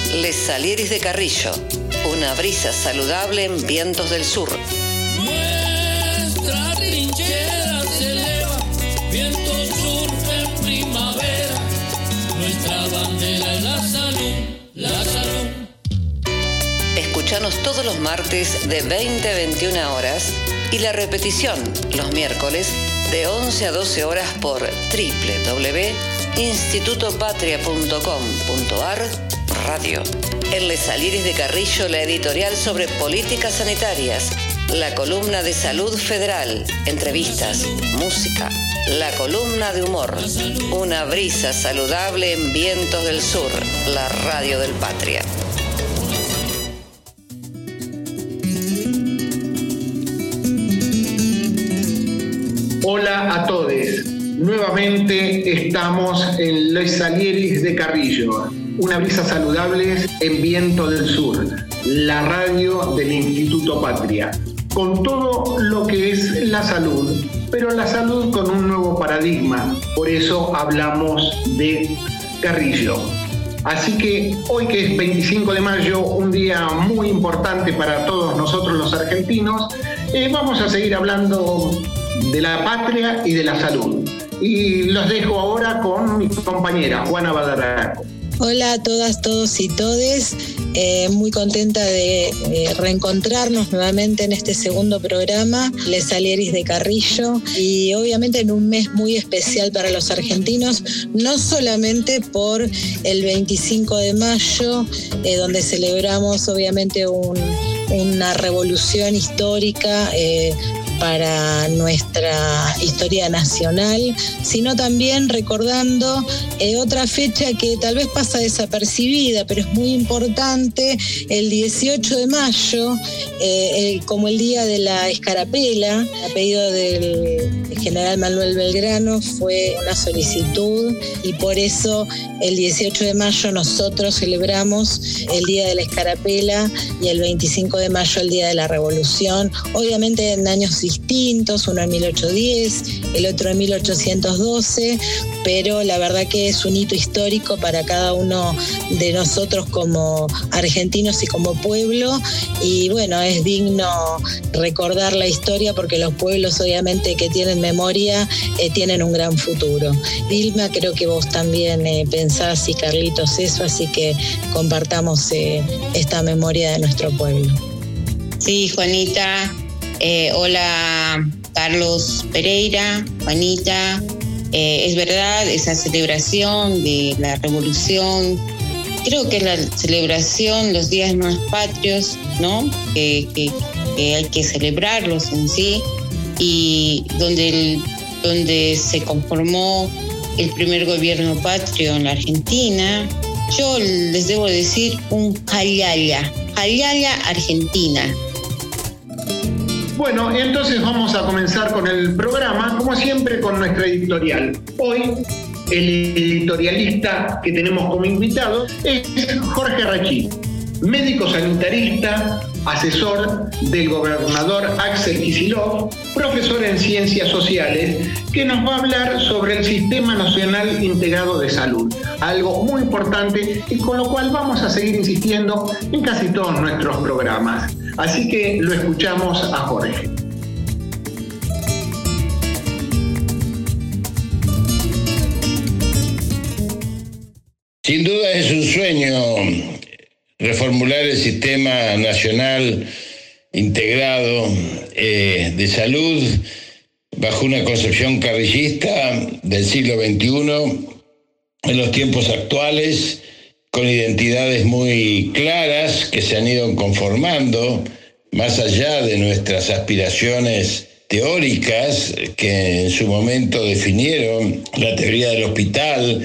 Les Salieris de Carrillo, una brisa saludable en vientos del sur. Nuestra trinchera se eleva, viento sur en primavera. Nuestra bandera es la salud, la salud. Escuchanos todos los martes de 20 a 21 horas y la repetición los miércoles de 11 a 12 horas por www.institutopatria.com.ar Radio. En Les Salieris de Carrillo, la editorial sobre políticas sanitarias, la columna de salud federal, entrevistas, música, la columna de humor, una brisa saludable en vientos del sur, la radio del Patria. Hola a todos. Nuevamente estamos en Les Salieris de Carrillo, una brisa saludable en viento del sur, la radio del Instituto Patria, con todo lo que es la salud, pero la salud con un nuevo paradigma. Por eso hablamos de Carrillo. Así que hoy, que es 25 de mayo, un día muy importante para todos nosotros los argentinos, vamos a seguir hablando de la patria y de la salud. Y los dejo ahora con mi compañera Juana Badaraco. Hola a todas, todos y todes. Muy contenta de reencontrarnos nuevamente en este segundo programa, Les Salieris de Carrillo, y obviamente en un mes muy especial para los argentinos, no solamente por el 25 de mayo, donde celebramos obviamente una revolución histórica para nuestra historia nacional, sino también recordando otra fecha que tal vez pasa desapercibida, pero es muy importante, el 18 de mayo, como el día de la escarapela, a pedido del general Manuel Belgrano, fue una solicitud, y por eso el 18 de mayo nosotros celebramos el día de la escarapela y el 25 de mayo el día de la revolución, obviamente en años distintos, uno en 1810, el otro en 1812, pero la verdad que es un hito histórico para cada uno de nosotros como argentinos y como pueblo, y bueno, es digno recordar la historia porque los pueblos obviamente que tienen memoria tienen un gran futuro. Vilma, creo que vos también pensás, y Carlitos, eso, así que compartamos esta memoria de nuestro pueblo. Sí, Juanita. Hola, Carlos Pereira, Juanita. Es verdad, esa celebración de la revolución, creo que es la celebración, los días más patrios, ¿no? Que hay que celebrarlos en sí, y donde se conformó el primer gobierno patrio en la Argentina. Yo les debo decir un jalala Argentina. Bueno, entonces vamos a comenzar con el programa, como siempre, con nuestra editorial. Hoy, el editorialista que tenemos como invitado es Jorge Rachid, médico sanitarista, asesor del gobernador Axel Kicillof, profesor en Ciencias Sociales, que nos va a hablar sobre el Sistema Nacional Integrado de Salud, algo muy importante y con lo cual vamos a seguir insistiendo en casi todos nuestros programas. Así que lo escuchamos a Jorge. Sin duda es un sueño reformular el Sistema Nacional Integrado de Salud bajo una concepción carrillista del siglo XXI en los tiempos actuales, con identidades muy claras que se han ido conformando más allá de nuestras aspiraciones teóricas que en su momento definieron la teoría del hospital,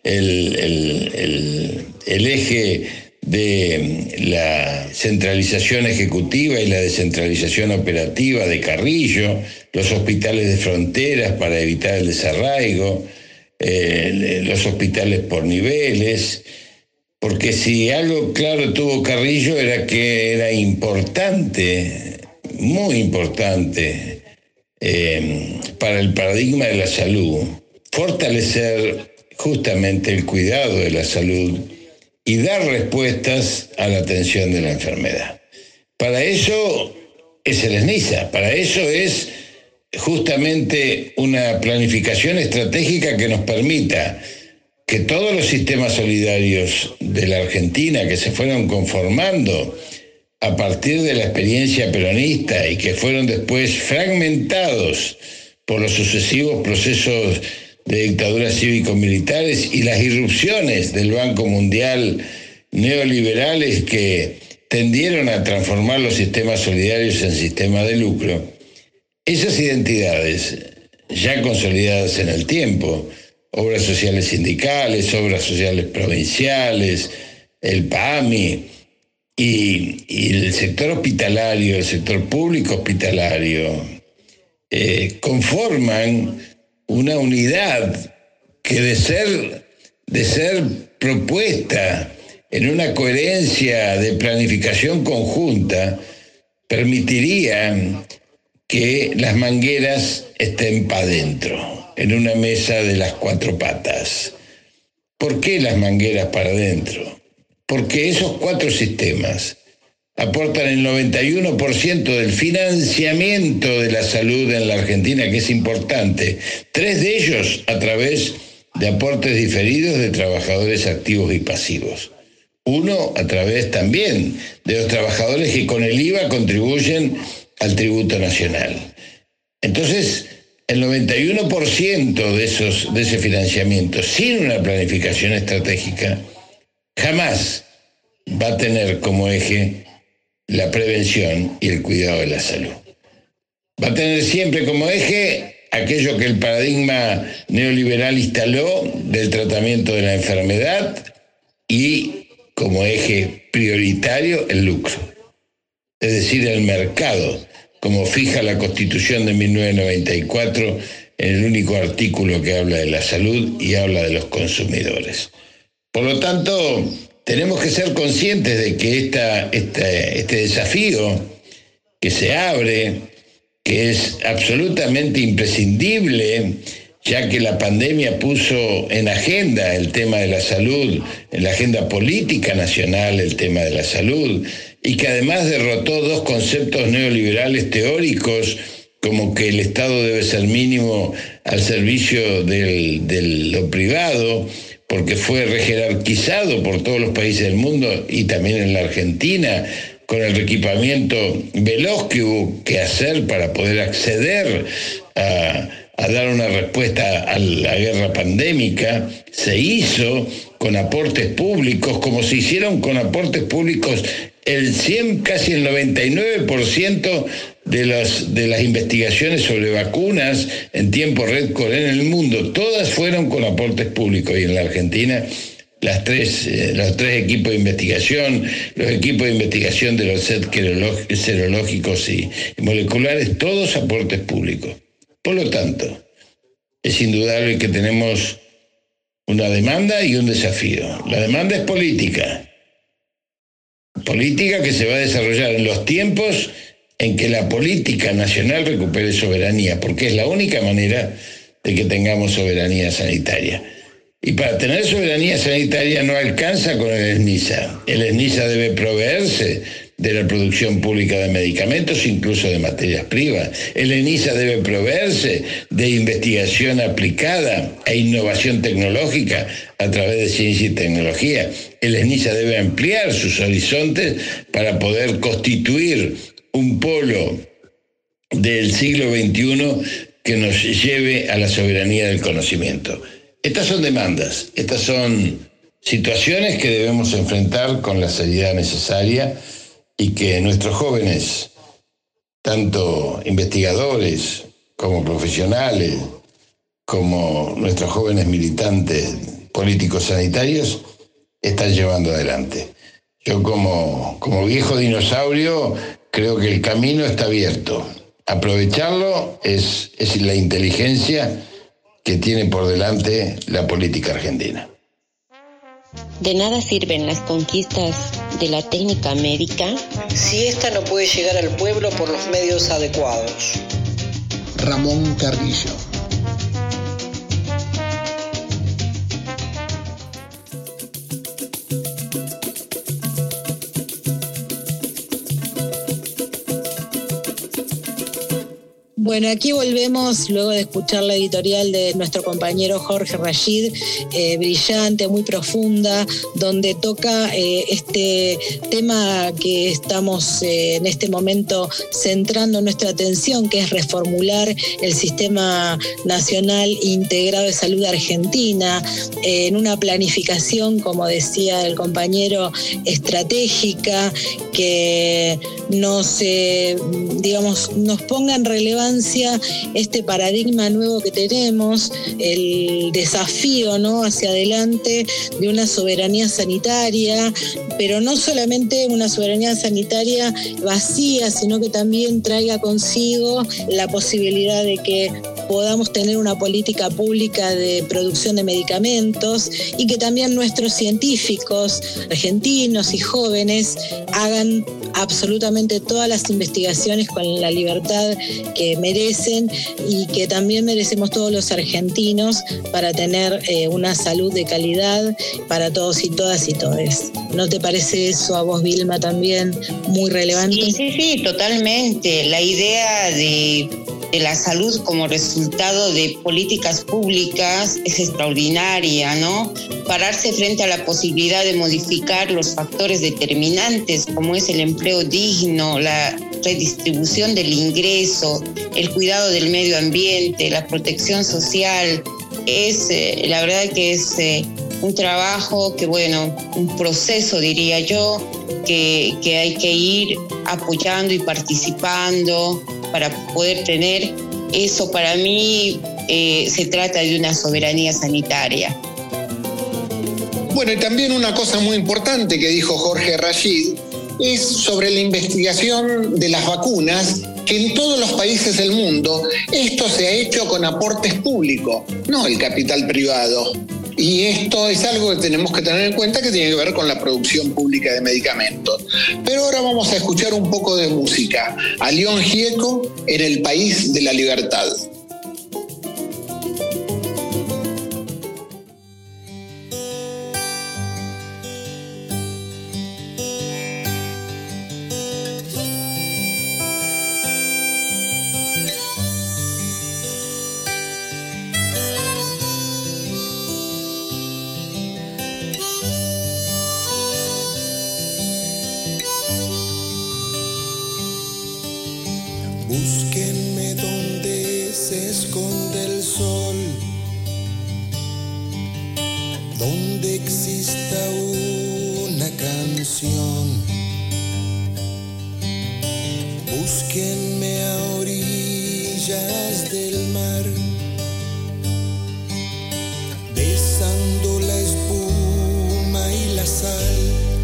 el eje de la centralización ejecutiva y la descentralización operativa de Carrillo, los hospitales de fronteras para evitar el desarraigo, los hospitales por niveles, porque si algo claro tuvo Carrillo era que era importante, muy importante, para el paradigma de la salud, fortalecer justamente el cuidado de la salud y dar respuestas a la atención de la enfermedad. Para eso es el SNISA, para eso es justamente una planificación estratégica que nos permita que todos los sistemas solidarios de la Argentina que se fueron conformando a partir de la experiencia peronista y que fueron después fragmentados por los sucesivos procesos de dictaduras cívico-militares y las irrupciones del Banco Mundial neoliberales que tendieron a transformar los sistemas solidarios en sistemas de lucro, esas identidades ya consolidadas en el tiempo, obras sociales sindicales, obras sociales provinciales, el PAMI y el sector hospitalario, el sector público hospitalario, conforman una unidad que de ser propuesta en una coherencia de planificación conjunta, permitiría que las mangueras estén para adentro, en una mesa de las cuatro patas. ¿Por qué las mangueras para adentro? Porque esos cuatro sistemas aportan el 91% del financiamiento de la salud en la Argentina, que es importante. 3 de ellos a través de aportes diferidos de trabajadores activos y pasivos. 1 a través también de los trabajadores que con el IVA contribuyen al tributo nacional. Entonces, el 91% de ese financiamiento, sin una planificación estratégica, jamás va a tener como eje la prevención y el cuidado de la salud. Va a tener siempre como eje aquello que el paradigma neoliberal instaló del tratamiento de la enfermedad y como eje prioritario el lucro, es decir, el mercado, como fija la Constitución de 1994 en el único artículo que habla de la salud y habla de los consumidores. Por lo tanto, tenemos que ser conscientes de que este desafío que se abre, que es absolutamente imprescindible, ya que la pandemia puso en agenda el tema de la salud, en la agenda política nacional el tema de la salud, y que además derrotó 2 conceptos neoliberales teóricos, como que el Estado debe ser mínimo al servicio de lo privado, porque fue rejerarquizado por todos los países del mundo y también en la Argentina, con el reequipamiento veloz que hubo que hacer para poder acceder a dar una respuesta a la guerra pandémica. Se hizo con aportes públicos, como se hicieron con aportes públicos casi el 99% de las investigaciones sobre vacunas en tiempo récord en el mundo. Todas fueron con aportes públicos, y en la Argentina los tres equipos de investigación, los equipos de investigación de los sets serológicos y moleculares, todos aportes públicos. Por lo tanto, es indudable que tenemos una demanda y un desafío. La demanda es política que se va a desarrollar en los tiempos en que la política nacional recupere soberanía, porque es la única manera de que tengamos soberanía sanitaria. Y para tener soberanía sanitaria no alcanza con el SNISA. El SNISA debe proveerse de la producción pública de medicamentos, incluso de materias primas. El SNISA debe proveerse de investigación aplicada e innovación tecnológica a través de ciencia y tecnología. El SNISA debe ampliar sus horizontes para poder constituir un polo del siglo XXI que nos lleve a la soberanía del conocimiento. Estas son demandas, estas son situaciones que debemos enfrentar con la seriedad necesaria y que nuestros jóvenes, tanto investigadores como profesionales, como nuestros jóvenes militantes políticos sanitarios, están llevando adelante. Yo como viejo dinosaurio creo que el camino está abierto. Aprovecharlo es la inteligencia que tiene por delante la política argentina. De nada sirven las conquistas de la técnica médica si ésta no puede llegar al pueblo por los medios adecuados. Ramón Carrillo. Bueno, aquí volvemos luego de escuchar la editorial de nuestro compañero Jorge Rashid, brillante, muy profunda, donde toca este tema que estamos en este momento centrando nuestra atención, que es reformular el Sistema Nacional Integrado de Salud de Argentina en una planificación, como decía el compañero, estratégica, que nos ponga en relevancia este paradigma nuevo que tenemos, el desafío, ¿no?, hacia adelante de una soberanía sanitaria, pero no solamente una soberanía sanitaria vacía, sino que también traiga consigo la posibilidad de que podamos tener una política pública de producción de medicamentos y que también nuestros científicos argentinos y jóvenes hagan absolutamente todas las investigaciones con la libertad que merecen y que también merecemos todos los argentinos para tener una salud de calidad para todos y todas y todes. ¿No te parece eso a vos, Vilma, también muy relevante? Sí, totalmente. La idea de la salud como resultado de políticas públicas es extraordinaria, ¿no? Pararse frente a la posibilidad de modificar los factores determinantes, como es el empleo digno, la redistribución del ingreso, el cuidado del medio ambiente, la protección social, es la verdad que es un trabajo que, un proceso, diría yo, que hay que ir apoyando y participando para poder tener eso. Para mí se trata de una soberanía sanitaria. Bueno, y también una cosa muy importante que dijo Jorge Rashid es sobre la investigación de las vacunas, que en todos los países del mundo esto se ha hecho con aportes públicos, no el capital privado. Y esto es algo que tenemos que tener en cuenta, que tiene que ver con la producción pública de medicamentos. Pero ahora vamos a escuchar un poco de música. A León Gieco en El País de la Libertad. Búsquenme donde se esconde el sol, donde exista una canción. Búsquenme a orillas del mar, besando la espuma y la sal.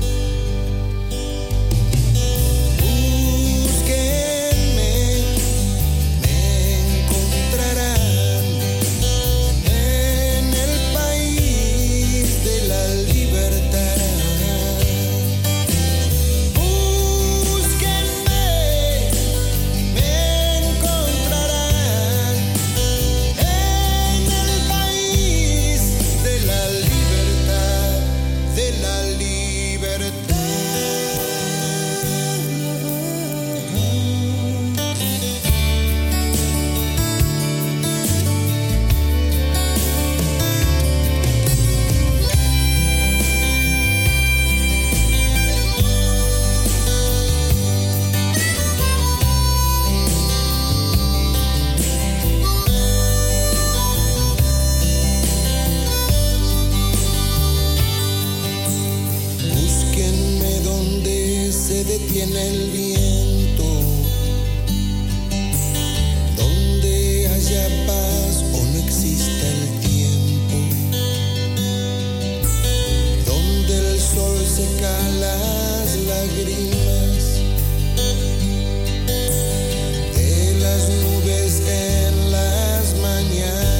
Detiene el viento, donde haya paz o no exista el tiempo, donde el sol seca las lágrimas de las nubes en las mañanas.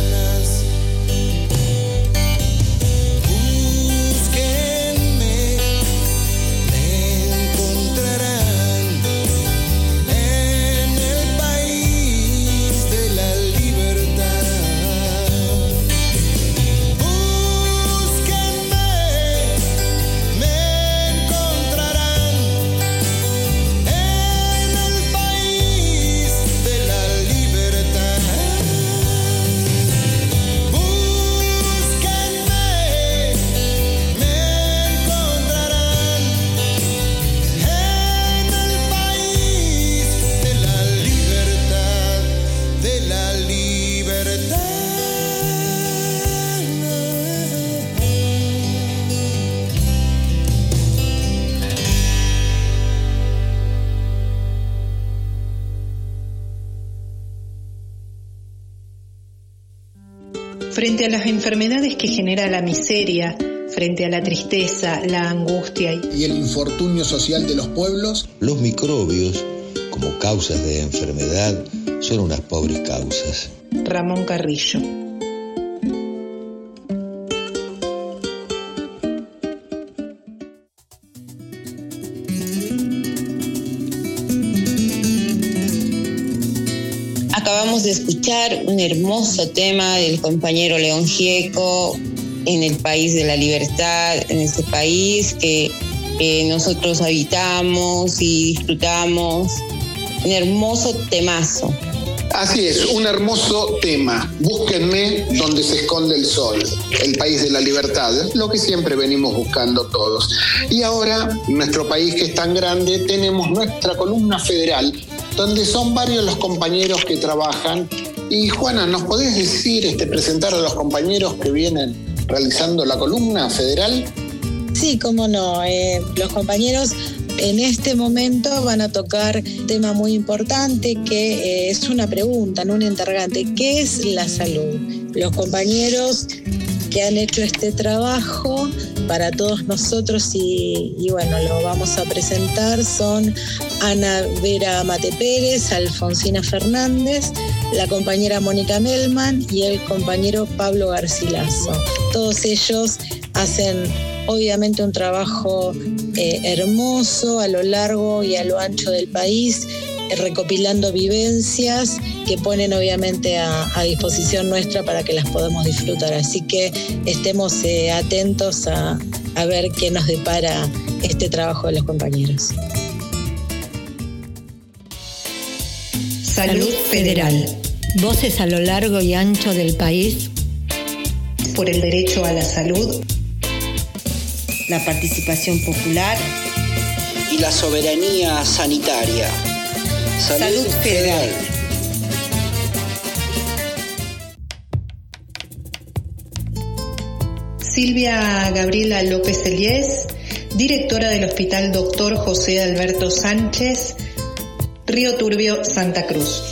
Búsquenme, me encontrarán. frente a las enfermedades que genera la miseria, frente a la tristeza, la angustia y el infortunio social de los pueblos. Los microbios, como causas de enfermedad, son unas pobres causas. Ramón Carrillo. Acabamos de escuchar un hermoso tema del compañero León Gieco, en el país de la libertad, en este país que nosotros habitamos y disfrutamos. Un hermoso temazo. Así es, un hermoso tema. Búsquenme donde se esconde el sol, el país de la libertad, lo que siempre venimos buscando todos. Y ahora, nuestro país que es tan grande, tenemos nuestra columna federal, donde son varios los compañeros que trabajan. Y Juana, ¿nos podés decir, presentar a los compañeros que vienen realizando la columna federal? Sí, cómo no. Los compañeros en este momento van a tocar un tema muy importante que es una pregunta, no un interrogante. ¿Qué es la salud? Los compañeros que han hecho este trabajo para todos nosotros y bueno, lo vamos a presentar son Ana Vera Mate Pérez, Alfonsina Fernández, la compañera Mónica Melman y el compañero Pablo Garcilaso. Todos ellos hacen obviamente un trabajo hermoso a lo largo y a lo ancho del país, recopilando vivencias que ponen obviamente a disposición nuestra para que las podamos disfrutar. Así que estemos atentos a ver qué nos depara este trabajo de los compañeros. Salud Federal. Voces a lo largo y ancho del país. Por el derecho a la salud. La participación popular. Y la soberanía sanitaria. Salud Federal. Silvia Gabriela López Eliés, directora del Hospital Dr. José Alberto Sánchez, Río Turbio, Santa Cruz.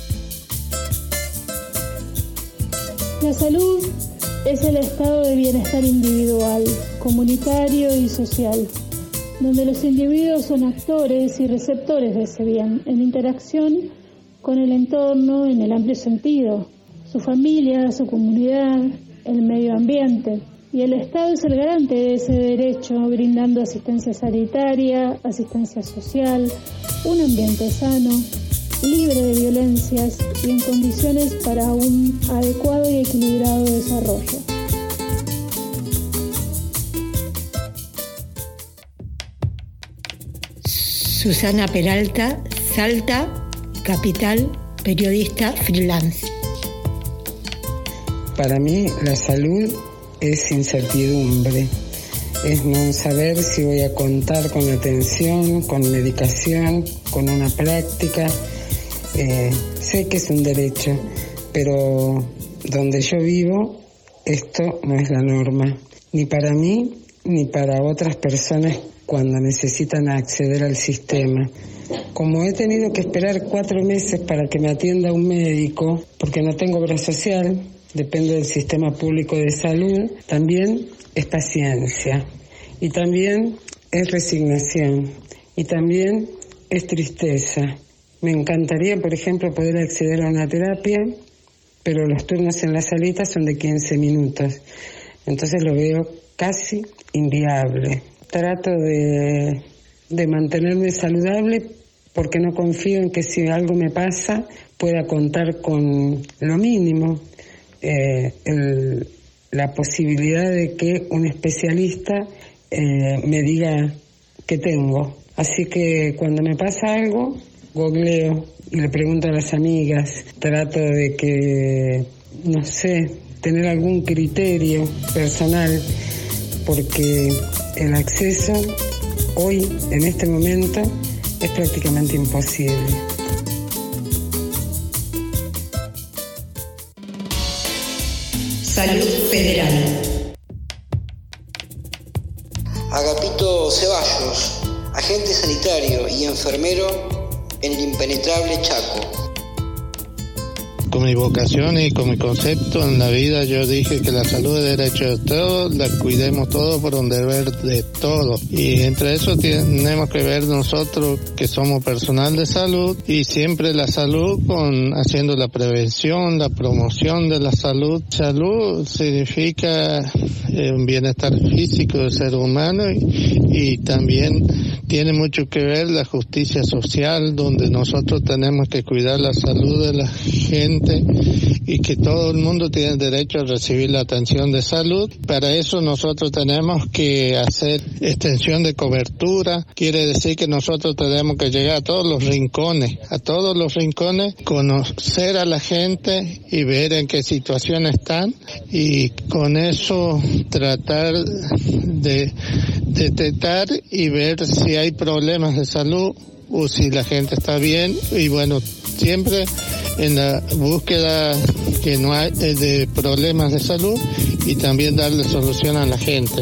La salud es el estado de bienestar individual, comunitario y social, donde los individuos son actores y receptores de ese bien, en interacción con el entorno en el amplio sentido, su familia, su comunidad, el medio ambiente. Y el Estado es el garante de ese derecho, brindando asistencia sanitaria, asistencia social, un ambiente sano, libre de violencias y en condiciones para un adecuado y equilibrado desarrollo. Susana Peralta, Salta, capital, periodista freelance. Para mí la salud es incertidumbre, es no saber si voy a contar con atención, con medicación, con una práctica. Sé que es un derecho, pero donde yo vivo esto no es la norma, ni para mí ni para otras personas cuando necesitan acceder al sistema. Como he tenido que esperar 4 meses para que me atienda un médico, porque no tengo obra social, depende del sistema público de salud, también es paciencia, y también es resignación, y también es tristeza. Me encantaría, por ejemplo, poder acceder a una terapia, pero los turnos en la salita son de 15 minutos, entonces lo veo casi inviable. Trato de mantenerme saludable porque no confío en que si algo me pasa pueda contar con lo mínimo. La posibilidad de que un especialista me diga qué tengo. Así que cuando me pasa algo, googleo y le pregunto a las amigas. Trato de que, no sé, tener algún criterio personal, porque el acceso hoy, en este momento, es prácticamente imposible. Salud Federal. Agapito Ceballos, agente sanitario y enfermero en el impenetrable Chaco. con mi vocación y con mi concepto en la vida, yo dije que la salud es derecho de todos, la cuidemos todos por un deber de todos. Y entre eso tenemos que ver nosotros que somos personal de salud, y siempre la salud haciendo la prevención, la promoción de la salud. Salud significa un bienestar físico del ser humano y también tiene mucho que ver la justicia social, donde nosotros tenemos que cuidar la salud de la gente y que todo el mundo tiene derecho a recibir la atención de salud. Para eso nosotros tenemos que hacer extensión de cobertura, quiere decir que nosotros tenemos que llegar a todos los rincones, conocer a la gente y ver en qué situación están, y con eso tratar de detectar y ver si hay problemas de salud o si la gente está bien, y bueno, siempre en la búsqueda que no hay de problemas de salud y también darle solución a la gente.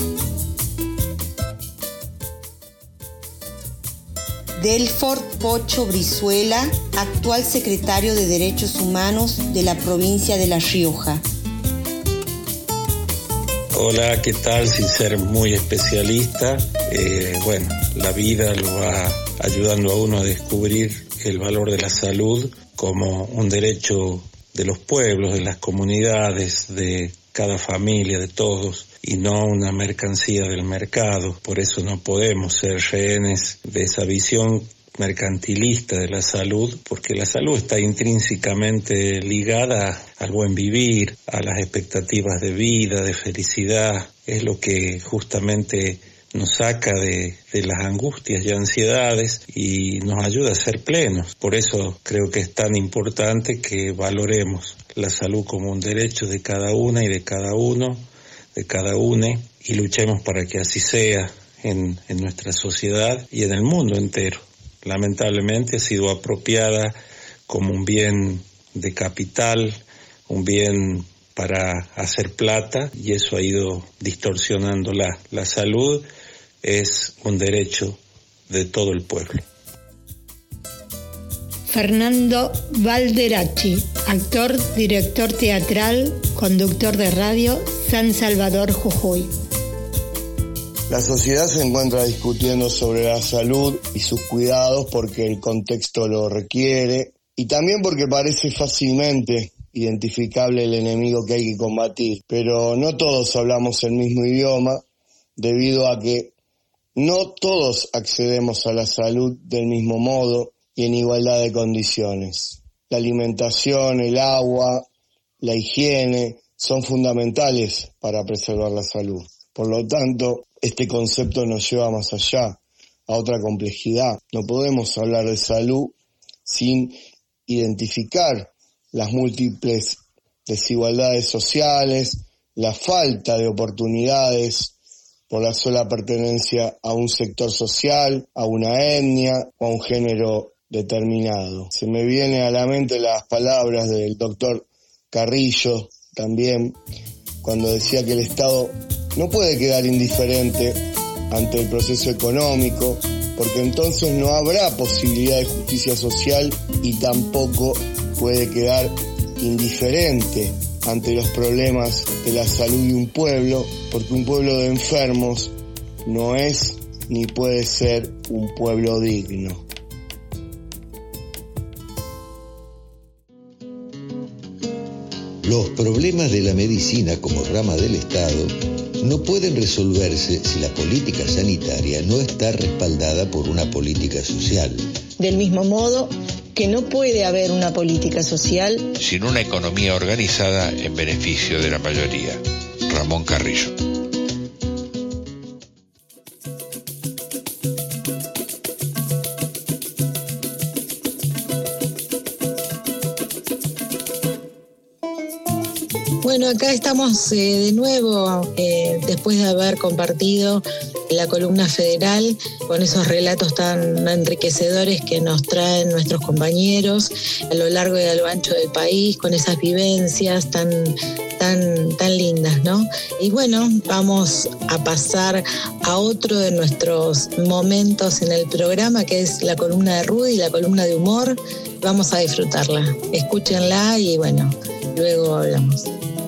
Delfort Pocho Brizuela, actual secretario de Derechos Humanos de la provincia de La Rioja. Hola, ¿qué tal? Sin ser muy especialista, la vida lo va ayudando a uno a descubrir el valor de la salud como un derecho de los pueblos, de las comunidades, de cada familia, de todos, y no una mercancía del mercado. Por eso no podemos ser rehenes de esa visión mercantilista de la salud, porque la salud está intrínsecamente ligada al buen vivir, a las expectativas de vida, de felicidad. Es lo que justamente nos saca de las angustias y ansiedades y nos ayuda a ser plenos. Por eso creo que es tan importante que valoremos la salud como un derecho de cada una y de cada uno, de cada une, y luchemos para que así sea en nuestra sociedad y en el mundo entero. Lamentablemente ha sido apropiada como un bien de capital, un bien para hacer plata, y eso ha ido distorsionándola. La salud es un derecho de todo el pueblo. Fernando Valderacci, actor, director teatral, conductor de radio, San Salvador, Jujuy. La sociedad se encuentra discutiendo sobre la salud y sus cuidados porque el contexto lo requiere, y también porque parece fácilmente identificable el enemigo que hay que combatir. Pero no todos hablamos el mismo idioma, debido a que no todos accedemos a la salud del mismo modo y en igualdad de condiciones. La alimentación, el agua, la higiene son fundamentales para preservar la salud. Por lo tanto, este concepto nos lleva más allá, a otra complejidad. No podemos hablar de salud sin identificar las múltiples desigualdades sociales, la falta de oportunidades por la sola pertenencia a un sector social, a una etnia o a un género determinado. Se me viene a la mente las palabras del doctor Carrillo también, cuando decía que el Estado no puede quedar indiferente ante el proceso económico, porque entonces no habrá posibilidad de justicia social, y tampoco puede quedar indiferente ante los problemas de la salud de un pueblo, porque un pueblo de enfermos no es ni puede ser un pueblo digno. Los problemas de la medicina como rama del Estado no pueden resolverse si la política sanitaria no está respaldada por una política social. Del mismo modo que no puede haber una política social sin una economía organizada en beneficio de la mayoría. Ramón Carrillo. Bueno, acá estamos de nuevo, después de haber compartido la columna federal con esos relatos tan enriquecedores que nos traen nuestros compañeros a lo largo y a lo ancho del país, con esas vivencias tan lindas, ¿no? Y bueno, vamos a pasar a otro de nuestros momentos en el programa, que es la columna de Rudy, la columna de humor. Vamos a disfrutarla. Escúchenla y bueno, luego hablamos.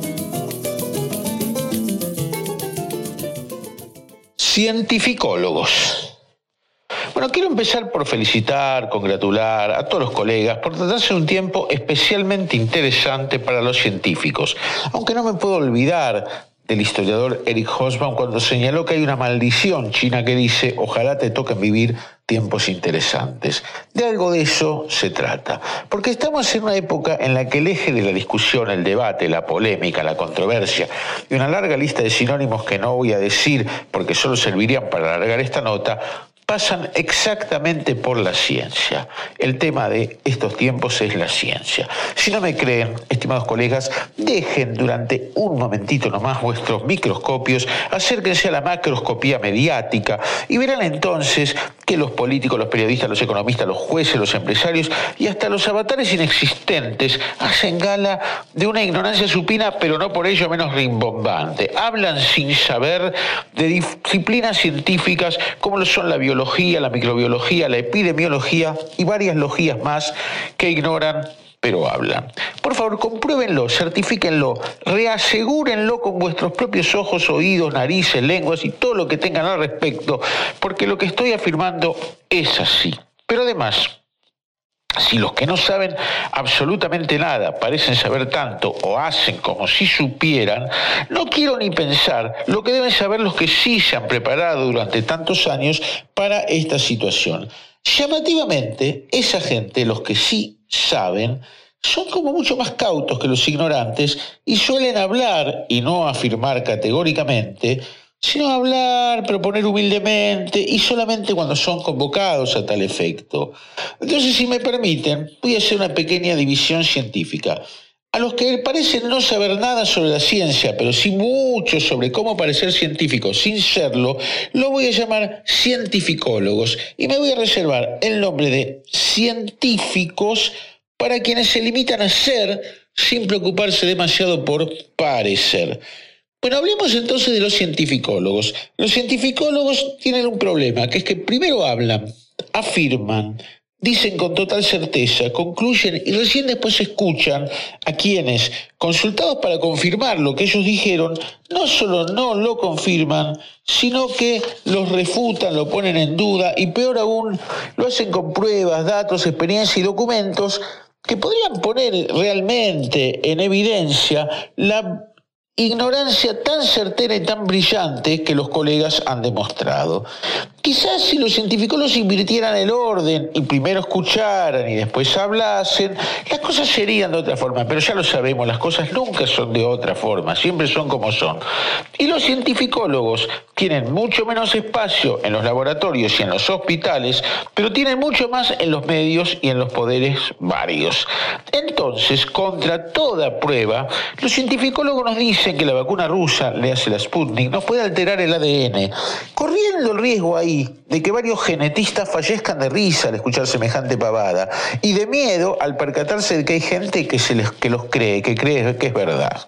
Cientificólogos. Bueno, quiero empezar por felicitar, congratular a todos los colegas por tratarse de un tiempo especialmente interesante para los científicos, aunque no me puedo olvidar del historiador Eric Hobsbawm cuando señaló que hay una maldición china que dice: ojalá te toquen vivir tiempos interesantes. De algo de eso se trata, porque estamos en una época en la que el eje de la discusión, el debate, la polémica, la controversia y una larga lista de sinónimos que no voy a decir porque solo servirían para alargar esta nota, pasan exactamente por la ciencia. El tema de estos tiempos es la ciencia. Si no me creen, estimados colegas, dejen durante un momentito nomás vuestros microscopios, acérquense a la macroscopía mediática y verán entonces que los políticos, los periodistas, los economistas, los jueces, los empresarios y hasta los avatares inexistentes hacen gala de una ignorancia supina, pero no por ello menos rimbombante. Hablan sin saber de disciplinas científicas como lo son la biología, la microbiología, la epidemiología y varias logías más que ignoran pero hablan. Por favor, compruébenlo, certifíquenlo, reasegúrenlo con vuestros propios ojos, oídos, narices, lenguas y todo lo que tengan al respecto, porque lo que estoy afirmando es así. Pero además, si los que no saben absolutamente nada parecen saber tanto o hacen como si supieran, no quiero ni pensar lo que deben saber los que sí se han preparado durante tantos años para esta situación. Llamativamente, esa gente, los que sí saben, son como mucho más cautos que los ignorantes y suelen hablar y no afirmar categóricamente, sino hablar, proponer humildemente y solamente cuando son convocados a tal efecto. Entonces, si me permiten, voy a hacer una pequeña división científica. A los que parecen no saber nada sobre la ciencia, pero sí mucho sobre cómo parecer científicos sin serlo, lo voy a llamar cientificólogos y me voy a reservar el nombre de científicos para quienes se limitan a ser sin preocuparse demasiado por parecer. Bueno, hablemos entonces de los cientificólogos. Los cientificólogos tienen un problema, que es que primero hablan, afirman, dicen con total certeza, concluyen y recién después escuchan a quienes, consultados para confirmar lo que ellos dijeron, no solo no lo confirman, sino que los refutan, lo ponen en duda y peor aún, lo hacen con pruebas, datos, experiencia y documentos que podrían poner realmente en evidencia la ignorancia tan certera y tan brillante que los colegas han demostrado. Quizás si los cientificólogos invirtieran el orden y primero escucharan y después hablasen, las cosas serían de otra forma, pero ya lo sabemos, las cosas nunca son de otra forma, siempre son como son. Y los cientificólogos tienen mucho menos espacio en los laboratorios y en los hospitales, pero tienen mucho más en los medios y en los poderes varios. Entonces, contra toda prueba, los cientificólogos nos dicen que la vacuna rusa, le hace la Sputnik, nos puede alterar el ADN, corriendo el riesgo ahí de que varios genetistas fallezcan de risa al escuchar semejante pavada y de miedo al percatarse de que hay gente que los cree, que cree que es verdad.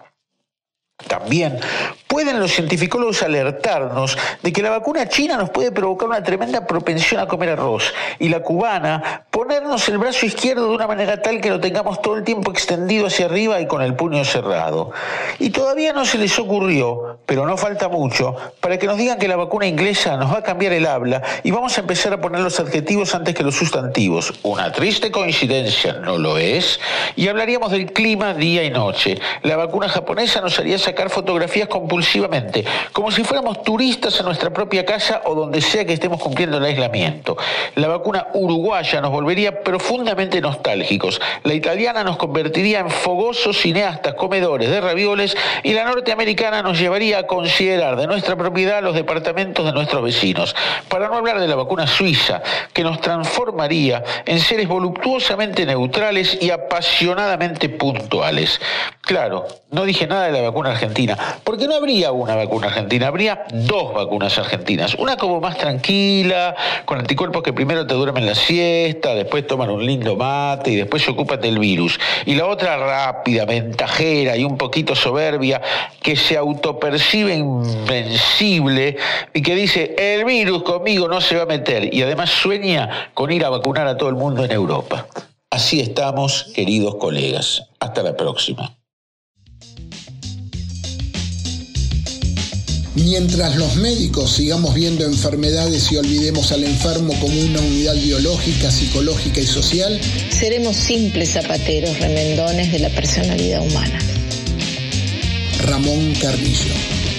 También pueden los cientificólogos alertarnos de que la vacuna china nos puede provocar una tremenda propensión a comer arroz y la cubana ponernos el brazo izquierdo de una manera tal que lo tengamos todo el tiempo extendido hacia arriba y con el puño cerrado. Y todavía no se les ocurrió, pero no falta mucho, para que nos digan que la vacuna inglesa nos va a cambiar el habla y vamos a empezar a poner los adjetivos antes que los sustantivos. Una triste coincidencia, ¿no lo es? Y hablaríamos del clima día y noche. La vacuna japonesa nos haría sacar fotografías compulsivas compulsivamente, como si fuéramos turistas en nuestra propia casa o donde sea que estemos cumpliendo el aislamiento. La vacuna uruguaya nos volvería profundamente nostálgicos, la italiana nos convertiría en fogosos cineastas comedores de ravioles y la norteamericana nos llevaría a considerar de nuestra propiedad los departamentos de nuestros vecinos, para no hablar de la vacuna suiza, que nos transformaría en seres voluptuosamente neutrales y apasionadamente puntuales. Claro, no dije nada de la vacuna argentina, porque no habría una vacuna argentina, habría dos vacunas argentinas. Una como más tranquila, con anticuerpos que primero te duermen la siesta, después toman un lindo mate y después se ocupan del virus. Y la otra rápida, ventajera y un poquito soberbia, que se autopercibe invencible y que dice, el virus conmigo no se va a meter. Y además sueña con ir a vacunar a todo el mundo en Europa. Así estamos, queridos colegas. Hasta la próxima. Mientras los médicos sigamos viendo enfermedades y olvidemos al enfermo como una unidad biológica, psicológica y social, seremos simples zapateros remendones de la personalidad humana. Ramón Carrillo.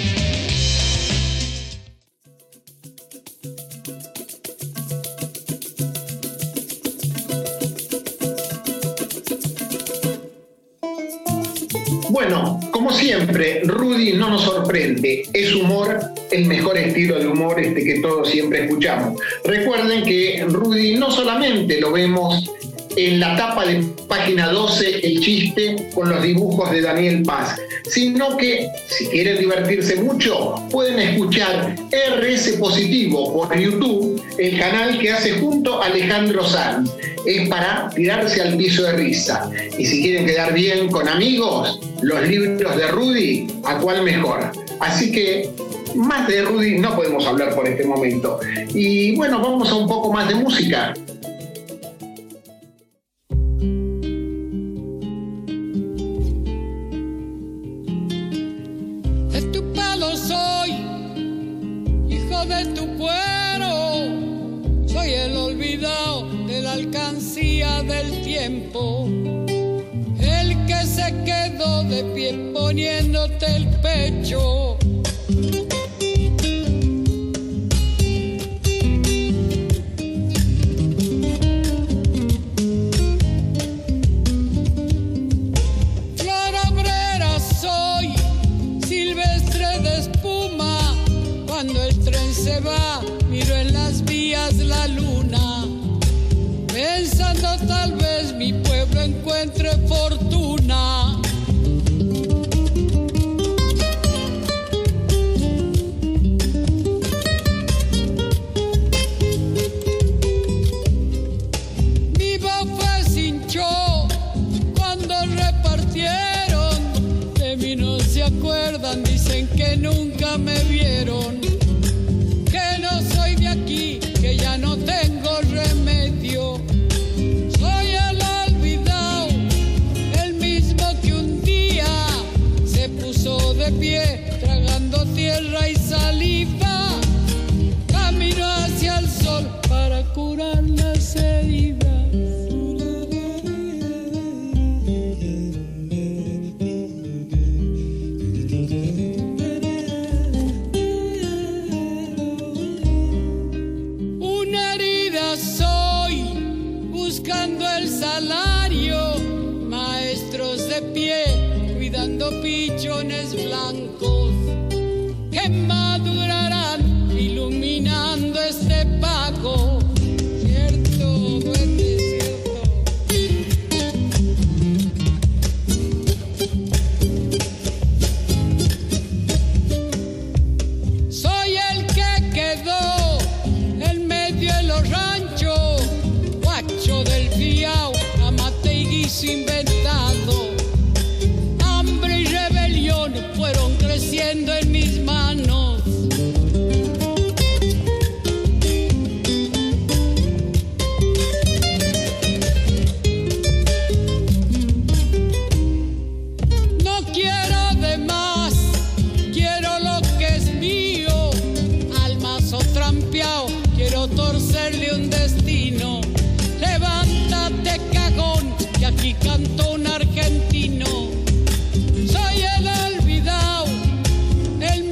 Bueno, como siempre, Rudy no nos sorprende. Es humor, el mejor estilo de humor que todos siempre escuchamos. Recuerden que Rudy no solamente lo vemos en la tapa de página 12, el chiste con los dibujos de Daniel Paz, sino que si quieren divertirse mucho, pueden escuchar RS Positivo por YouTube, el canal que hace junto a Alejandro Sanz. Es para tirarse al piso de risa. Y si quieren quedar bien con amigos, los libros de Rudy, ¿a cuál mejor? Así que más de Rudy no podemos hablar por este momento. Y bueno, vamos a un poco más de música. De tu palo soy, hijo de tu cuero, soy el olvidado de la alcancía del tiempo, el que se quedó de pie poniéndote el pecho. Flor obrera soy, silvestre de espuma, cuando el tren se va, miro en las vías la luna, pensando tal vez mi pueblo encuentre fortuna. Mi bofe se hinchó cuando repartieron, de mí no se acuerdan, dicen que nunca me vieron, que no soy de aquí, que ya no tengo remedio. Soy el olvidado, el mismo que un día se puso de pie, tragando tierra y saliva, camino hacia el sol para curar las heridas. Una herida soy, buscando el salario, maestros de pie, cuidando pichones blancos, que madurarán iluminando este pago. Cierto, duende, cierto. Soy el que quedó en medio de los ranchos, guacho del fiao, amate y guiso inventado. Hambre y rebelión fueron creciendo en mis manos. No quiero de más, quiero lo que es mío. Al mazo trampeado quiero torcerle un destino. Levántate, cagón, que aquí cantó un argentino. Soy el olvidado, el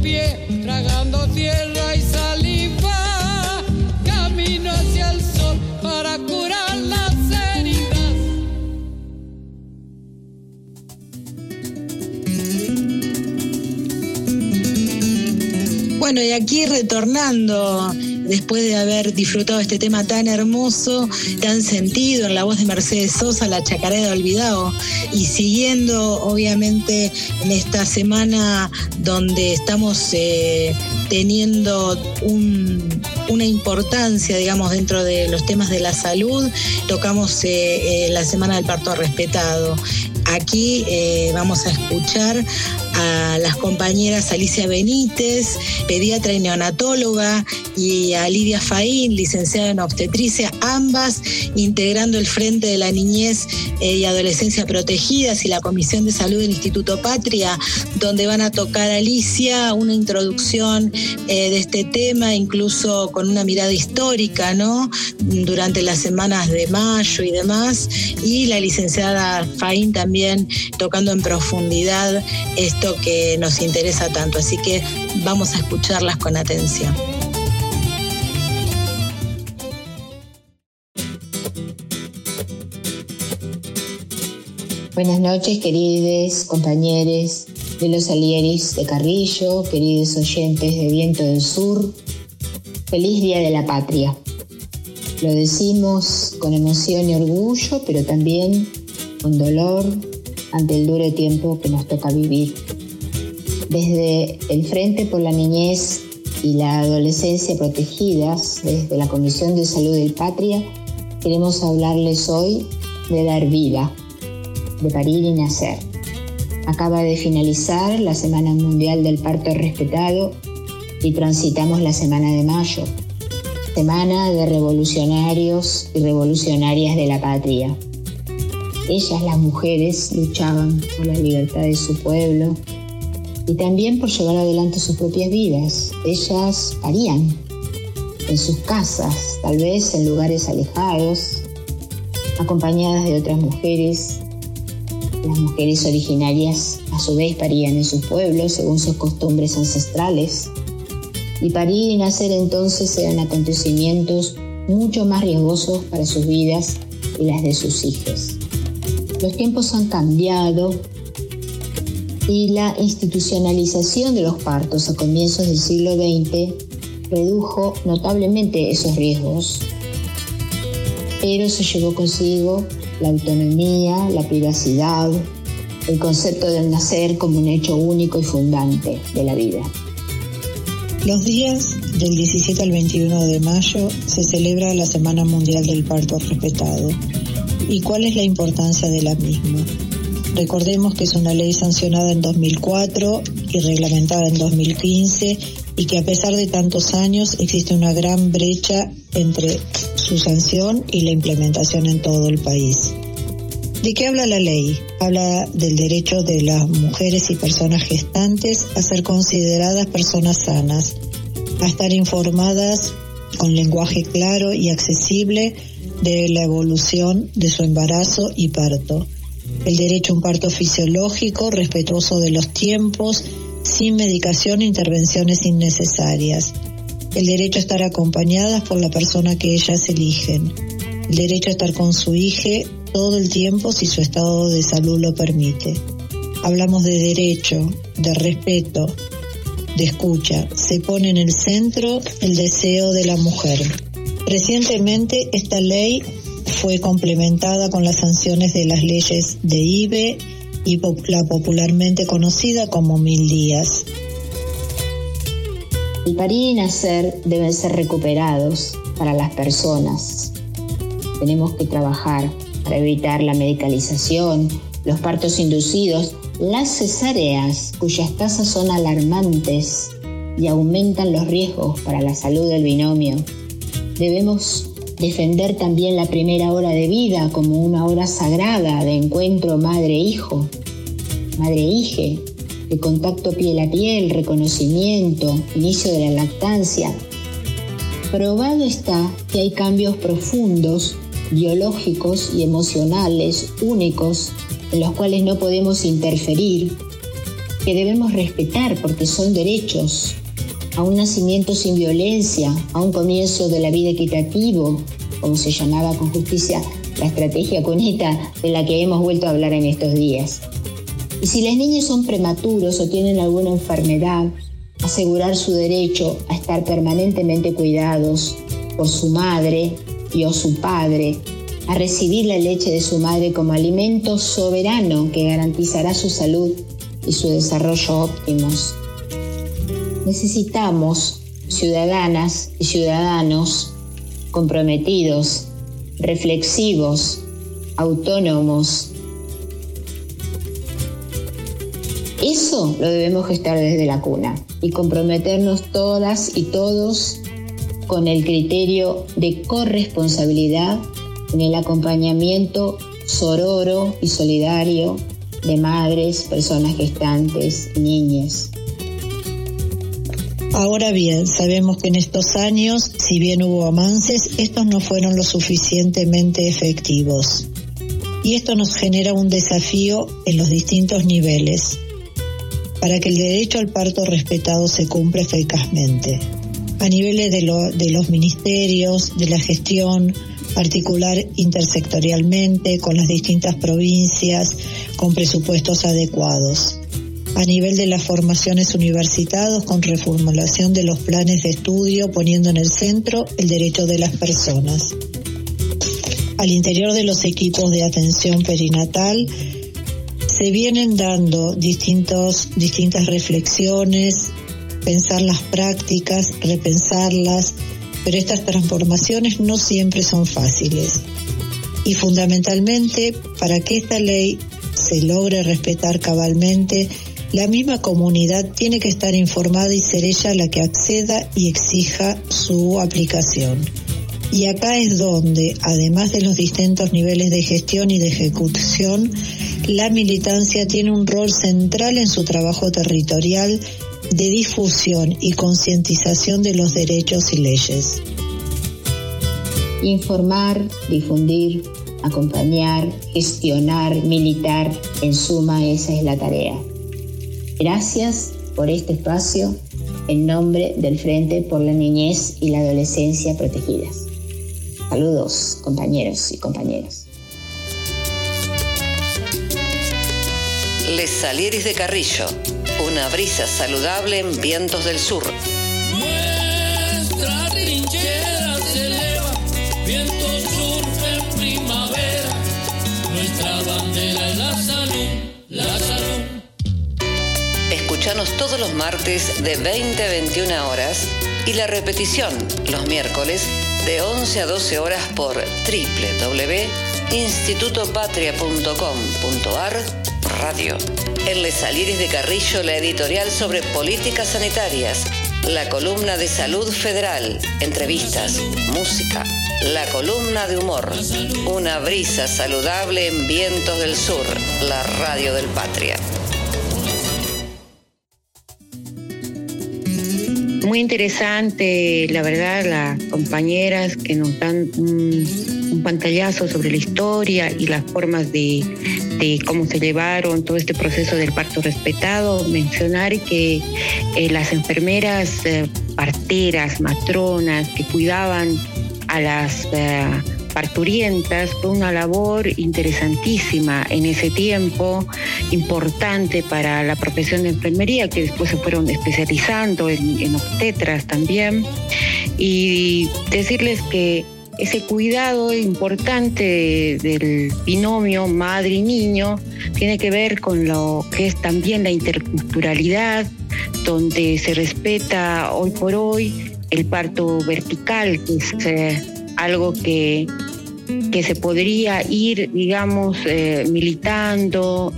pie, tragando tierra y saliva, camino hacia el sol para curar las heridas. Bueno, y aquí retornando, después de haber disfrutado este tema tan hermoso, tan sentido en la voz de Mercedes Sosa, La Chacarera Olvidado, y siguiendo obviamente en esta semana donde estamos teniendo una importancia, digamos, dentro de los temas de la salud, tocamos la Semana del Parto Respetado. Aquí vamos a escuchar a las compañeras Alicia Benítez, pediatra y neonatóloga, y a Lidia Faín, licenciada en obstetricia, ambas integrando el Frente de la Niñez y Adolescencia Protegidas y la Comisión de Salud del Instituto Patria, donde van a tocar, Alicia, una introducción de este tema, incluso con una mirada histórica, ¿no?, durante las semanas de mayo y demás, y la licenciada Faín también tocando en profundidad esto que nos interesa tanto. Así que vamos a escucharlas con atención. Buenas noches, queridos compañeros de los Salieris de Carrillo, queridos oyentes de Viento del Sur. Feliz Día de la Patria. Lo decimos con emoción y orgullo, pero también con dolor ante el duro tiempo que nos toca vivir. Desde el Frente por la Niñez y la Adolescencia Protegidas, desde la Comisión de Salud del Patria, queremos hablarles hoy de dar vida, de parir y nacer. Acaba de finalizar la Semana Mundial del Parto Respetado y transitamos la Semana de Mayo, Semana de revolucionarios y revolucionarias de la patria. Ellas, las mujeres, luchaban por la libertad de su pueblo y también por llevar adelante sus propias vidas. Ellas parían en sus casas, tal vez en lugares alejados, acompañadas de otras mujeres. Las mujeres originarias a su vez parían en sus pueblos según sus costumbres ancestrales. Y parir y nacer entonces eran acontecimientos mucho más riesgosos para sus vidas y las de sus hijos. Los tiempos han cambiado y la institucionalización de los partos a comienzos del siglo XX redujo notablemente esos riesgos, pero se llevó consigo la autonomía, la privacidad, el concepto del nacer como un hecho único y fundante de la vida. Los días del 17 al 21 de mayo se celebra la Semana Mundial del Parto Respetado. ¿Y cuál es la importancia de la misma? Recordemos que es una ley sancionada en 2004 y reglamentada en 2015 y que a pesar de tantos años existe una gran brecha entre su sanción y la implementación en todo el país. ¿De qué habla la ley? Habla del derecho de las mujeres y personas gestantes a ser consideradas personas sanas, a estar informadas con lenguaje claro y accesible de la evolución de su embarazo y parto. El derecho a un parto fisiológico, respetuoso de los tiempos, sin medicación e intervenciones innecesarias. El derecho a estar acompañadas por la persona que ellas eligen. El derecho a estar con su hija todo el tiempo si su estado de salud lo permite. Hablamos de derecho, de respeto, de escucha. Se pone en el centro el deseo de la mujer. Recientemente esta ley fue complementada con las sanciones de las leyes de IBE y la popularmente conocida como 1000 días. El parir y nacer deben ser recuperados para las personas. Tenemos que trabajar para evitar la medicalización, los partos inducidos, las cesáreas, cuyas tasas son alarmantes y aumentan los riesgos para la salud del binomio. Debemos defender también la primera hora de vida como una hora sagrada de encuentro madre-hijo, madre-hije, de contacto piel a piel, reconocimiento, inicio de la lactancia. Probado está que hay cambios profundos, biológicos y emocionales únicos en los cuales no podemos interferir, que debemos respetar porque son derechos, a un nacimiento sin violencia, a un comienzo de la vida equitativo, como se llamaba con justicia la estrategia CONETA de la que hemos vuelto a hablar en estos días. Y si las niñas son prematuros o tienen alguna enfermedad, asegurar su derecho a estar permanentemente cuidados por su madre y o su padre, a recibir la leche de su madre como alimento soberano que garantizará su salud y su desarrollo óptimos. Necesitamos ciudadanas y ciudadanos comprometidos, reflexivos, autónomos. Eso lo debemos gestar desde la cuna y comprometernos todas y todos con el criterio de corresponsabilidad en el acompañamiento sororo y solidario de madres, personas gestantes y niñas. Ahora bien, sabemos que en estos años, si bien hubo avances, estos no fueron lo suficientemente efectivos. Y esto nos genera un desafío en los distintos niveles para que el derecho al parto respetado se cumpla eficazmente. A niveles de los ministerios, de la gestión, articular intersectorialmente con las distintas provincias, con presupuestos adecuados. A nivel de las formaciones universitarias, con reformulación de los planes de estudio, poniendo en el centro el derecho de las personas. Al interior de los equipos de atención perinatal, se vienen dando distintas reflexiones, pensar las prácticas, repensarlas, pero estas transformaciones no siempre son fáciles. Y fundamentalmente, para que esta ley se logre respetar cabalmente, la misma comunidad tiene que estar informada y ser ella la que acceda y exija su aplicación. Y acá es donde, además de los distintos niveles de gestión y de ejecución, la militancia tiene un rol central en su trabajo territorial de difusión y concientización de los derechos y leyes. Informar, difundir, acompañar, gestionar, militar, en suma, esa es la tarea. Gracias por este espacio en nombre del Frente por la Niñez y la Adolescencia Protegidas. Saludos, compañeros y compañeras. Les Salieris de Carrillo, una brisa saludable en vientos del sur. Nuestra trinchera se eleva, viento sur en primavera. Nuestra bandera es la salud, la salud. Escuchanos todos los martes de 20 a 21 horas y la repetición los miércoles de 11 a 12 horas por www.institutopatria.com.ar Radio. En Les Salieris de Carrillo, la editorial sobre políticas sanitarias, la columna de salud federal, entrevistas, música, la columna de humor, una brisa saludable en vientos del sur, la radio del Patria. Muy interesante, la verdad, las compañeras que nos dan un pantallazo sobre la historia y las formas de cómo se llevaron todo este proceso del parto respetado. Mencionar que las enfermeras parteras, matronas que cuidaban a las parturientas fue una labor interesantísima en ese tiempo, importante para la profesión de enfermería, que después se fueron especializando en obstetras también. Y decirles que ese cuidado importante del binomio madre y niño tiene que ver con lo que es también la interculturalidad, donde se respeta hoy por hoy el parto vertical, que es algo que se podría ir, digamos, militando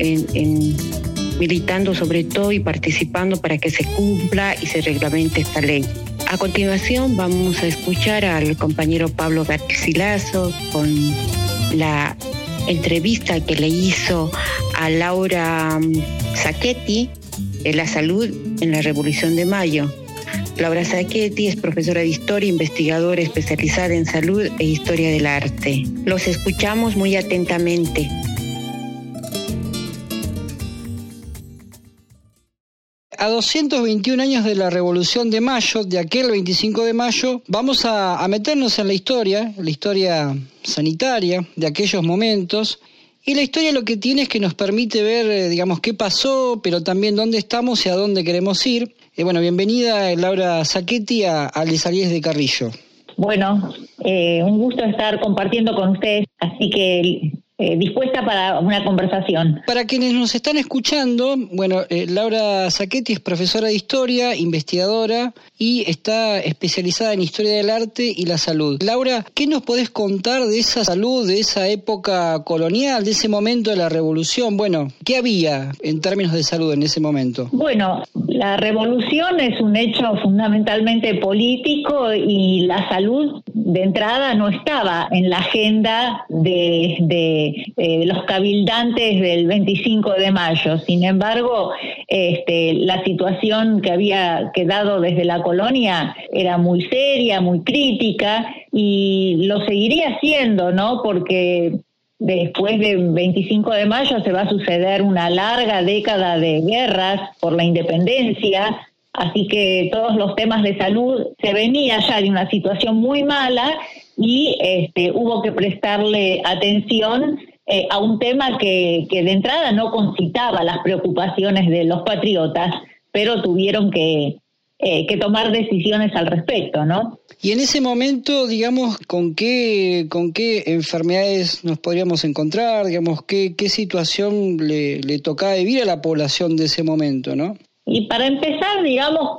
sobre todo y participando para que se cumpla y se reglamente esta ley. A continuación vamos a escuchar al compañero Pablo Garcilaso con la entrevista que le hizo a Laura Sacchetti de la salud en la Revolución de Mayo. Laura Sacchetti es profesora de historia, investigadora especializada en salud e historia del arte. Los escuchamos muy atentamente. a 221 años de la Revolución de Mayo, de aquel 25 de mayo, vamos a meternos en la historia sanitaria de aquellos momentos. Y la historia lo que tiene es que nos permite ver, digamos, qué pasó, pero también dónde estamos y a dónde queremos ir. Bienvenida Laura Sacchetti a Les Salieres de Carrillo. Bueno, un gusto estar compartiendo con ustedes, así que dispuesta para una conversación. Para quienes nos están escuchando, Laura Sacchetti es profesora de historia, investigadora y está especializada en historia del arte y la salud. Laura, ¿qué nos podés contar de esa salud, de esa época colonial, de ese momento de la revolución? ¿Qué había en términos de salud en ese momento? Bueno, la revolución es un hecho fundamentalmente político y la salud de entrada no estaba en la agenda de los cabildantes del 25 de mayo. Sin embargo, la situación que había quedado desde la colonia era muy seria, muy crítica, y lo seguiría siendo, ¿no? Porque después del 25 de mayo se va a suceder una larga década de guerras por la independencia, así que todos los temas de salud se venía ya de una situación muy mala y hubo que prestarle atención a un tema que de entrada no concitaba las preocupaciones de los patriotas, pero tuvieron que tomar decisiones al respecto, ¿no? Y en ese momento, digamos, ¿con qué enfermedades nos podríamos encontrar? Digamos, ¿qué situación le tocaba vivir a la población de ese momento, no? Y para empezar, digamos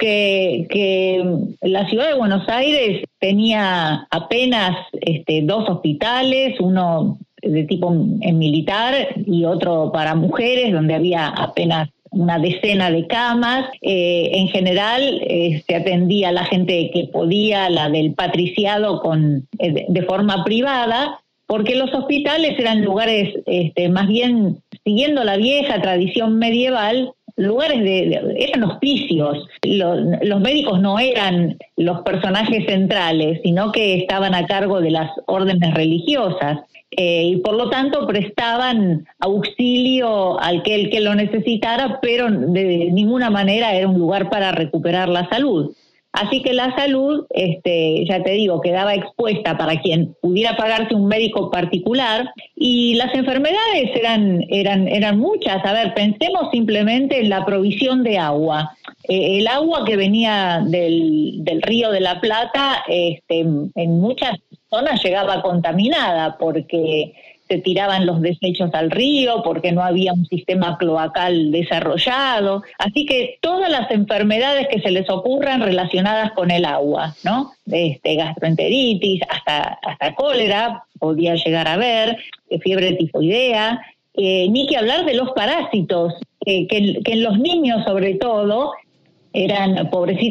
que la ciudad de Buenos Aires tenía apenas 2 hospitales, uno de tipo militar y otro para mujeres, donde había apenas una decena de camas. En general se atendía a la gente que podía, la del patriciado, de forma privada, porque los hospitales eran lugares, más bien siguiendo la vieja tradición medieval, lugares eran hospicios. Los médicos no eran los personajes centrales, sino que estaban a cargo de las órdenes religiosas. Y por lo tanto prestaban auxilio al que lo necesitara, pero de ninguna manera era un lugar para recuperar la salud. Así que la salud, ya te digo, quedaba expuesta para quien pudiera pagarse un médico particular, y las enfermedades eran muchas. A ver, pensemos simplemente en la provisión de agua. El agua que venía del Río de la Plata, en muchas zonas llegaba contaminada porque se tiraban los desechos al río, porque no había un sistema cloacal desarrollado. Así que todas las enfermedades que se les ocurran relacionadas con el agua, ¿no? Gastroenteritis, hasta cólera podía llegar a haber, fiebre tifoidea, ni que hablar de los parásitos, que en los niños sobre todo eran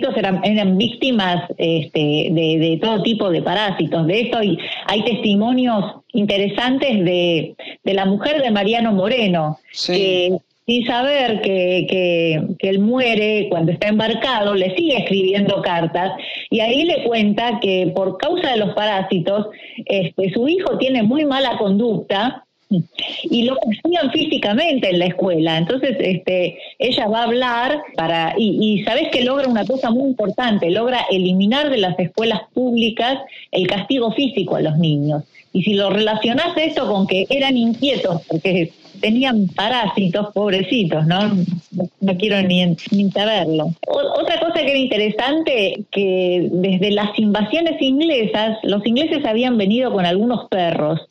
víctimas de todo tipo de parásitos. De esto hay testimonios interesantes de la mujer de Mariano Moreno, sí, que sin saber que él muere cuando está embarcado, le sigue escribiendo cartas, y ahí le cuenta que por causa de los parásitos su hijo tiene muy mala conducta y lo castigan físicamente en la escuela. Entonces ella va a hablar y sabes que logra una cosa muy importante, logra eliminar de las escuelas públicas el castigo físico a los niños. Y si lo relacionás esto con que eran inquietos porque tenían parásitos, pobrecitos, no quiero ni saberlo. Otra cosa que era interesante, que desde las invasiones inglesas, los ingleses habían venido con algunos perros,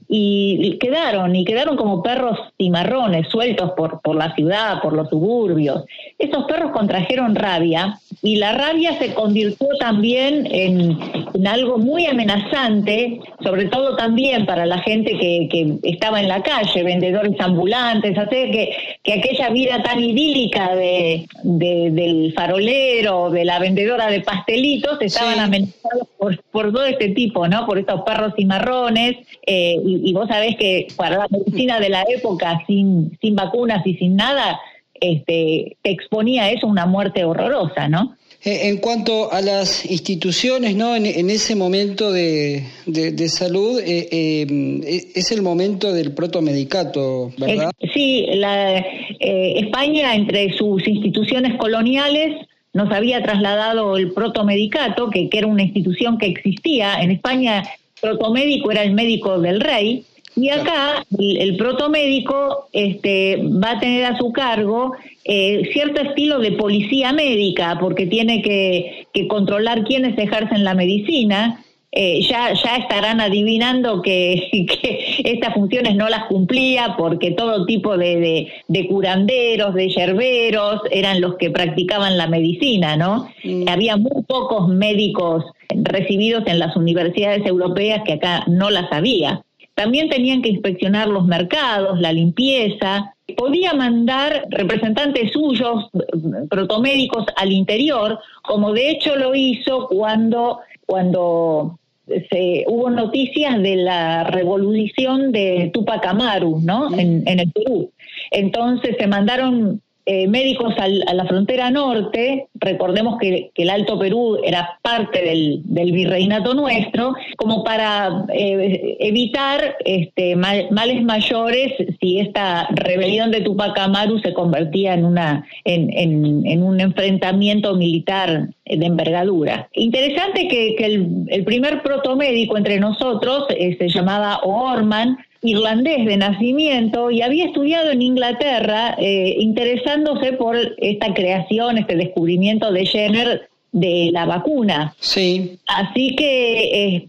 y quedaron como perros cimarrones sueltos por la ciudad, por los suburbios. Esos perros contrajeron rabia, y la rabia se convirtió también en algo muy amenazante, sobre todo también para la gente que estaba en la calle, vendedores ambulantes. Así que aquella vida tan idílica del farolero, de la vendedora de pastelitos, estaban amenazados por todo este tipo, ¿no? Por estos perros cimarrones. Y vos sabés que para la medicina de la época, sin vacunas y sin nada, te exponía a eso una muerte horrorosa, ¿no? En cuanto a las instituciones, ¿no? En ese momento de salud, es el momento del protomedicato, ¿verdad? Sí, España, entre sus instituciones coloniales, nos había trasladado el protomedicato, que era una institución que existía. En España, protomédico era el médico del rey, y acá el protomédico va a tener a su cargo cierto estilo de policía médica, porque tiene que controlar quiénes ejercen la medicina. Ya estarán adivinando que estas funciones no las cumplía, porque todo tipo de curanderos, de yerberos, eran los que practicaban la medicina, ¿no? Había muy pocos médicos recibidos en las universidades europeas, que acá no las había. También tenían que inspeccionar los mercados, la limpieza. Podía mandar representantes suyos, protomédicos, al interior, como de hecho lo hizo cuando hubo noticias de la revolución de Túpac Amaru, ¿no? En el Perú. Entonces se mandaron médicos a la frontera norte. Recordemos que el Alto Perú era parte del virreinato nuestro, como para evitar males mayores si esta rebelión de Túpac Amaru se convertía en un enfrentamiento militar de envergadura. Interesante que el primer protomédico entre nosotros se llamaba O'Gorman, irlandés de nacimiento, y había estudiado en Inglaterra, interesándose por esta creación, este descubrimiento de Jenner de la vacuna. Sí. Así que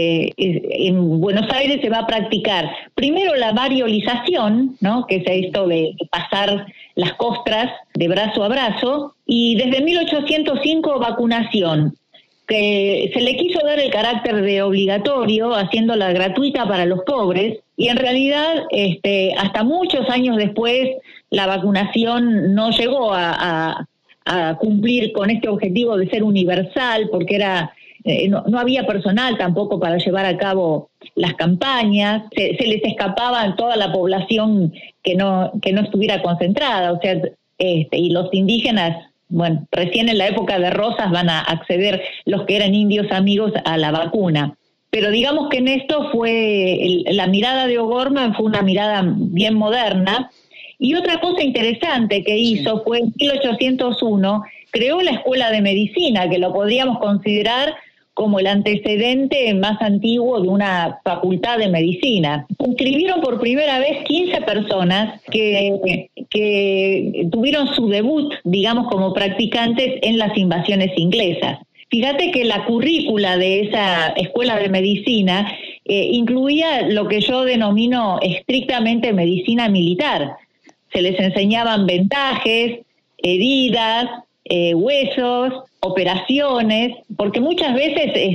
en Buenos Aires se va a practicar primero la variolización, ¿no? Que es esto de pasar las costras de brazo a brazo, y desde 1805 vacunación, que se le quiso dar el carácter de obligatorio, haciéndola gratuita para los pobres, y en realidad hasta muchos años después la vacunación no llegó a cumplir con este objetivo de ser universal, porque no había personal tampoco para llevar a cabo las campañas. Se les escapaba a toda la población que no estuviera concentrada, o sea, y los indígenas, bueno, recién en la época de Rosas van a acceder los que eran indios amigos a la vacuna. Pero digamos que en esto la mirada de O'Gorman fue una mirada bien moderna. Y otra cosa interesante que hizo fue en 1801, creó la Escuela de Medicina, que lo podríamos considerar como el antecedente más antiguo de una facultad de medicina. Inscribieron por primera vez 15 personas que tuvieron su debut, digamos, como practicantes en las invasiones inglesas. Fíjate que la currícula de esa escuela de medicina incluía lo que yo denomino estrictamente medicina militar. Se les enseñaban vendajes, heridas, huesos, operaciones, porque muchas veces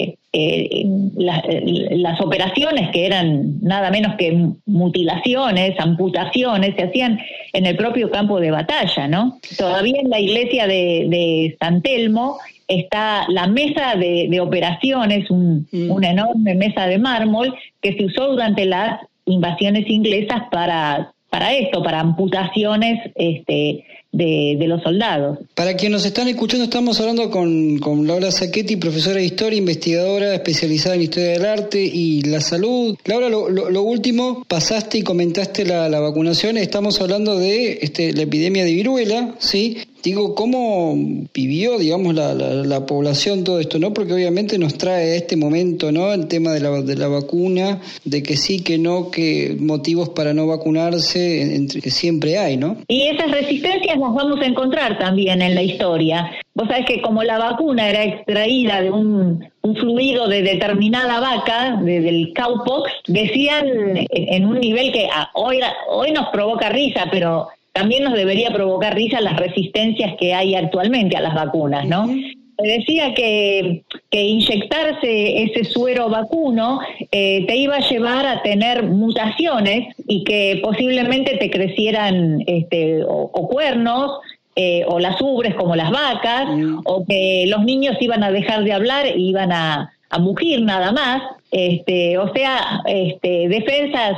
las operaciones, que eran nada menos que mutilaciones, amputaciones, se hacían en el propio campo de batalla, ¿no? Todavía en la iglesia de San Telmo está la mesa de operaciones, una enorme mesa de mármol que se usó durante las invasiones inglesas para esto, para amputaciones de los soldados. Para quienes nos están escuchando, estamos hablando con Laura Sacchetti, profesora de Historia, investigadora especializada en Historia del Arte y la Salud. Laura, lo último, pasaste y comentaste la vacunación. Estamos hablando de la epidemia de viruela, ¿sí? Digo, ¿cómo vivió, digamos, la población todo esto, no? Porque obviamente nos trae a este momento, ¿no? El tema de la vacuna, de que sí, que no, que motivos para no vacunarse que siempre hay, ¿no? Y esas resistencias las vamos a encontrar también en la historia. Vos sabés que como la vacuna era extraída de un fluido de determinada vaca, del cowpox, decían en un nivel que hoy nos provoca risa, pero también nos debería provocar risa las resistencias que hay actualmente a las vacunas, ¿no? Se decía que inyectarse ese suero vacuno te iba a llevar a tener mutaciones y que posiblemente te crecieran o cuernos, o las ubres como las vacas, o que los niños iban a dejar de hablar y iban a mugir nada más. O sea, defensas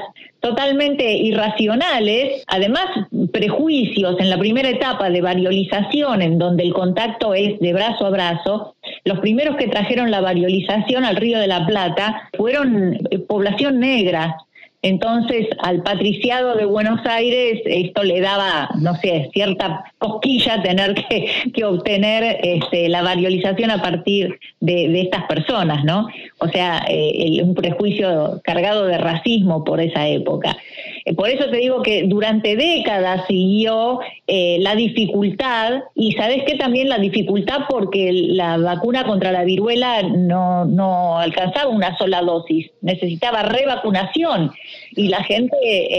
totalmente irracionales, además prejuicios en la primera etapa de variolización, en donde el contacto es de brazo a brazo. Los primeros que trajeron la variolización al Río de la Plata fueron población negra. Entonces, al patriciado de Buenos Aires, esto le daba, no sé, cierta cosquilla tener que obtener la variolización a partir de estas personas, ¿no? O sea, un prejuicio cargado de racismo por esa época. Por eso te digo que durante décadas siguió la dificultad, y ¿sabés qué? También la dificultad porque la vacuna contra la viruela no alcanzaba una sola dosis, necesitaba revacunación, y la gente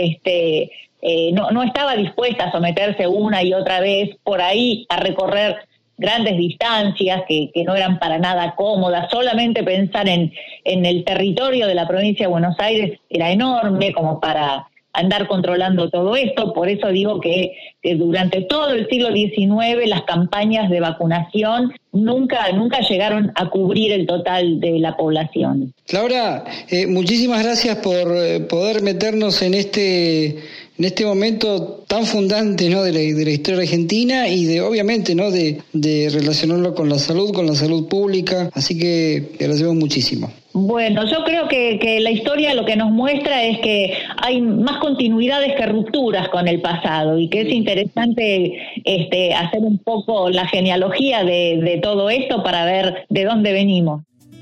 no estaba dispuesta a someterse una y otra vez por ahí a recorrer grandes distancias que no eran para nada cómodas. Solamente pensar en el territorio de la provincia de Buenos Aires era enorme como para andar controlando todo esto. Por eso digo que durante todo el siglo XIX las campañas de vacunación nunca llegaron a cubrir el total de la población. Laura, muchísimas gracias por poder meternos en este momento tan fundante, ¿no?, de la historia argentina, y de, obviamente, ¿no?, de relacionarlo con la salud pública. Así que te agradecemos muchísimo. Bueno, yo creo que la historia lo que nos muestra es que hay más continuidades que rupturas con el pasado, y que es interesante hacer un poco la genealogía de todo esto para ver de dónde venimos.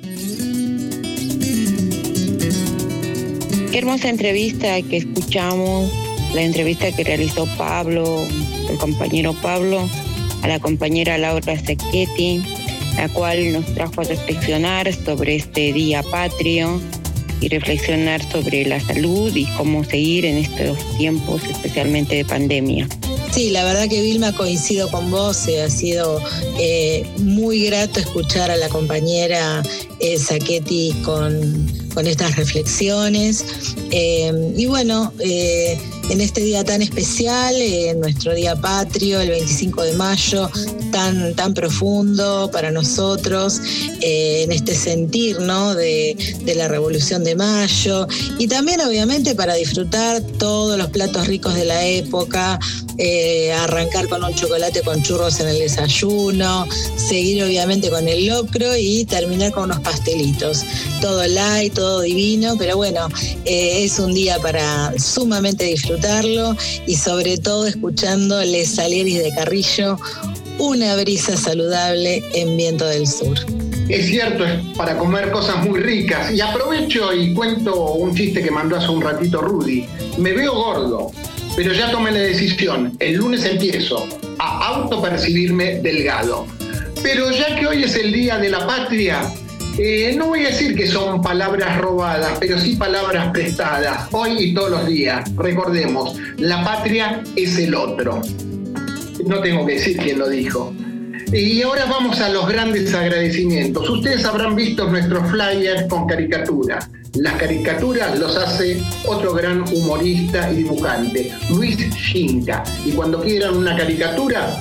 Qué hermosa entrevista que escuchamos, la entrevista que realizó Pablo, el compañero Pablo, a la compañera Laura Sacchetti, la cual nos trajo a reflexionar sobre este día patrio y reflexionar sobre la salud y cómo seguir en estos tiempos, especialmente de pandemia. Sí, la verdad que Vilma, coincido con vos, ha sido muy grato escuchar a la compañera Sacchetti con estas reflexiones. Y bueno, en este día tan especial, nuestro día patrio, el 25 de mayo, tan profundo para nosotros, en este sentir, ¿no?, de la Revolución de Mayo, y también obviamente para disfrutar todos los platos ricos de la época, arrancar con un chocolate con churros en el desayuno, seguir obviamente con el locro y terminar con unos pastelitos. Todo light, todo divino, pero bueno, es un día para sumamente disfrutarlo, y sobre todo escuchando Les Salieris de Carrillo, una brisa saludable en Viento del Sur. Es cierto, es para comer cosas muy ricas. Y aprovecho y cuento un chiste que mandó hace un ratito Rudy. Me veo gordo, pero ya tomé la decisión. El lunes empiezo a autopercibirme delgado. Pero ya que hoy es el Día de la Patria, no voy a decir que son palabras robadas, pero sí palabras prestadas, hoy y todos los días. Recordemos, la patria es el otro. No tengo que decir quién lo dijo. Y ahora vamos a los grandes agradecimientos. Ustedes habrán visto nuestros flyers con caricaturas. Las caricaturas los hace otro gran humorista y dibujante, Luis Scinca. Y cuando quieran una caricatura,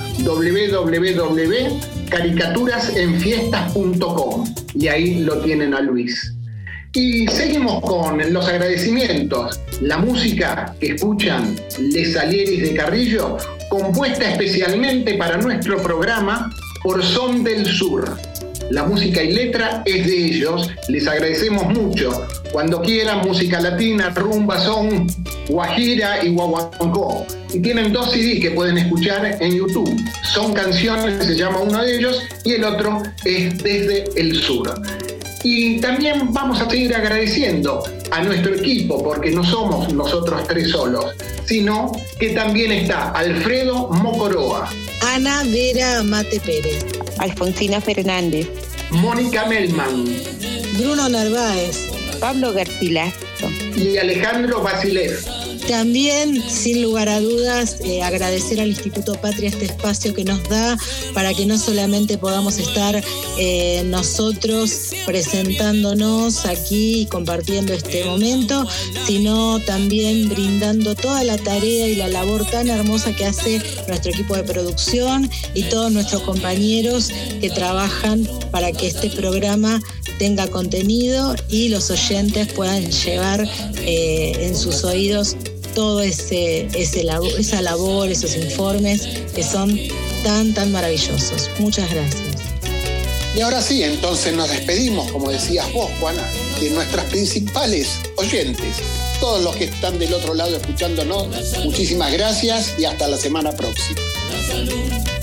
www.caricaturasenfiestas.com. Y ahí lo tienen a Luis. Y seguimos con los agradecimientos. La música que escuchan, Les Salieris de Carrillo, compuesta especialmente para nuestro programa por Son del Sur. La música y letra es de ellos, les agradecemos mucho. Cuando quieran, música latina, rumba, son, guajira y guaguancó. Y tienen 2 CDs que pueden escuchar en YouTube. Son canciones, se llama uno de ellos, y el otro es Desde el Sur. Y también vamos a seguir agradeciendo a nuestro equipo, porque no somos nosotros 3 solos, sino que también está Alfredo Mocoroa, Ana Vera Mate Pérez, Alfonsina Fernández, Mónica Melman, Bruno Narváez, Pablo Garcilaso y Alejandro Basilev. También, sin lugar a dudas, agradecer al Instituto Patria este espacio que nos da para que no solamente podamos estar nosotros presentándonos aquí y compartiendo este momento, sino también brindando toda la tarea y la labor tan hermosa que hace nuestro equipo de producción y todos nuestros compañeros que trabajan para que este programa tenga contenido y los oyentes puedan llevar en sus oídos todo esa labor, esos informes que son tan maravillosos. Muchas gracias. Y ahora sí, entonces nos despedimos, como decías vos, Juana, de nuestras principales oyentes, todos los que están del otro lado escuchándonos. Muchísimas gracias y hasta la semana próxima.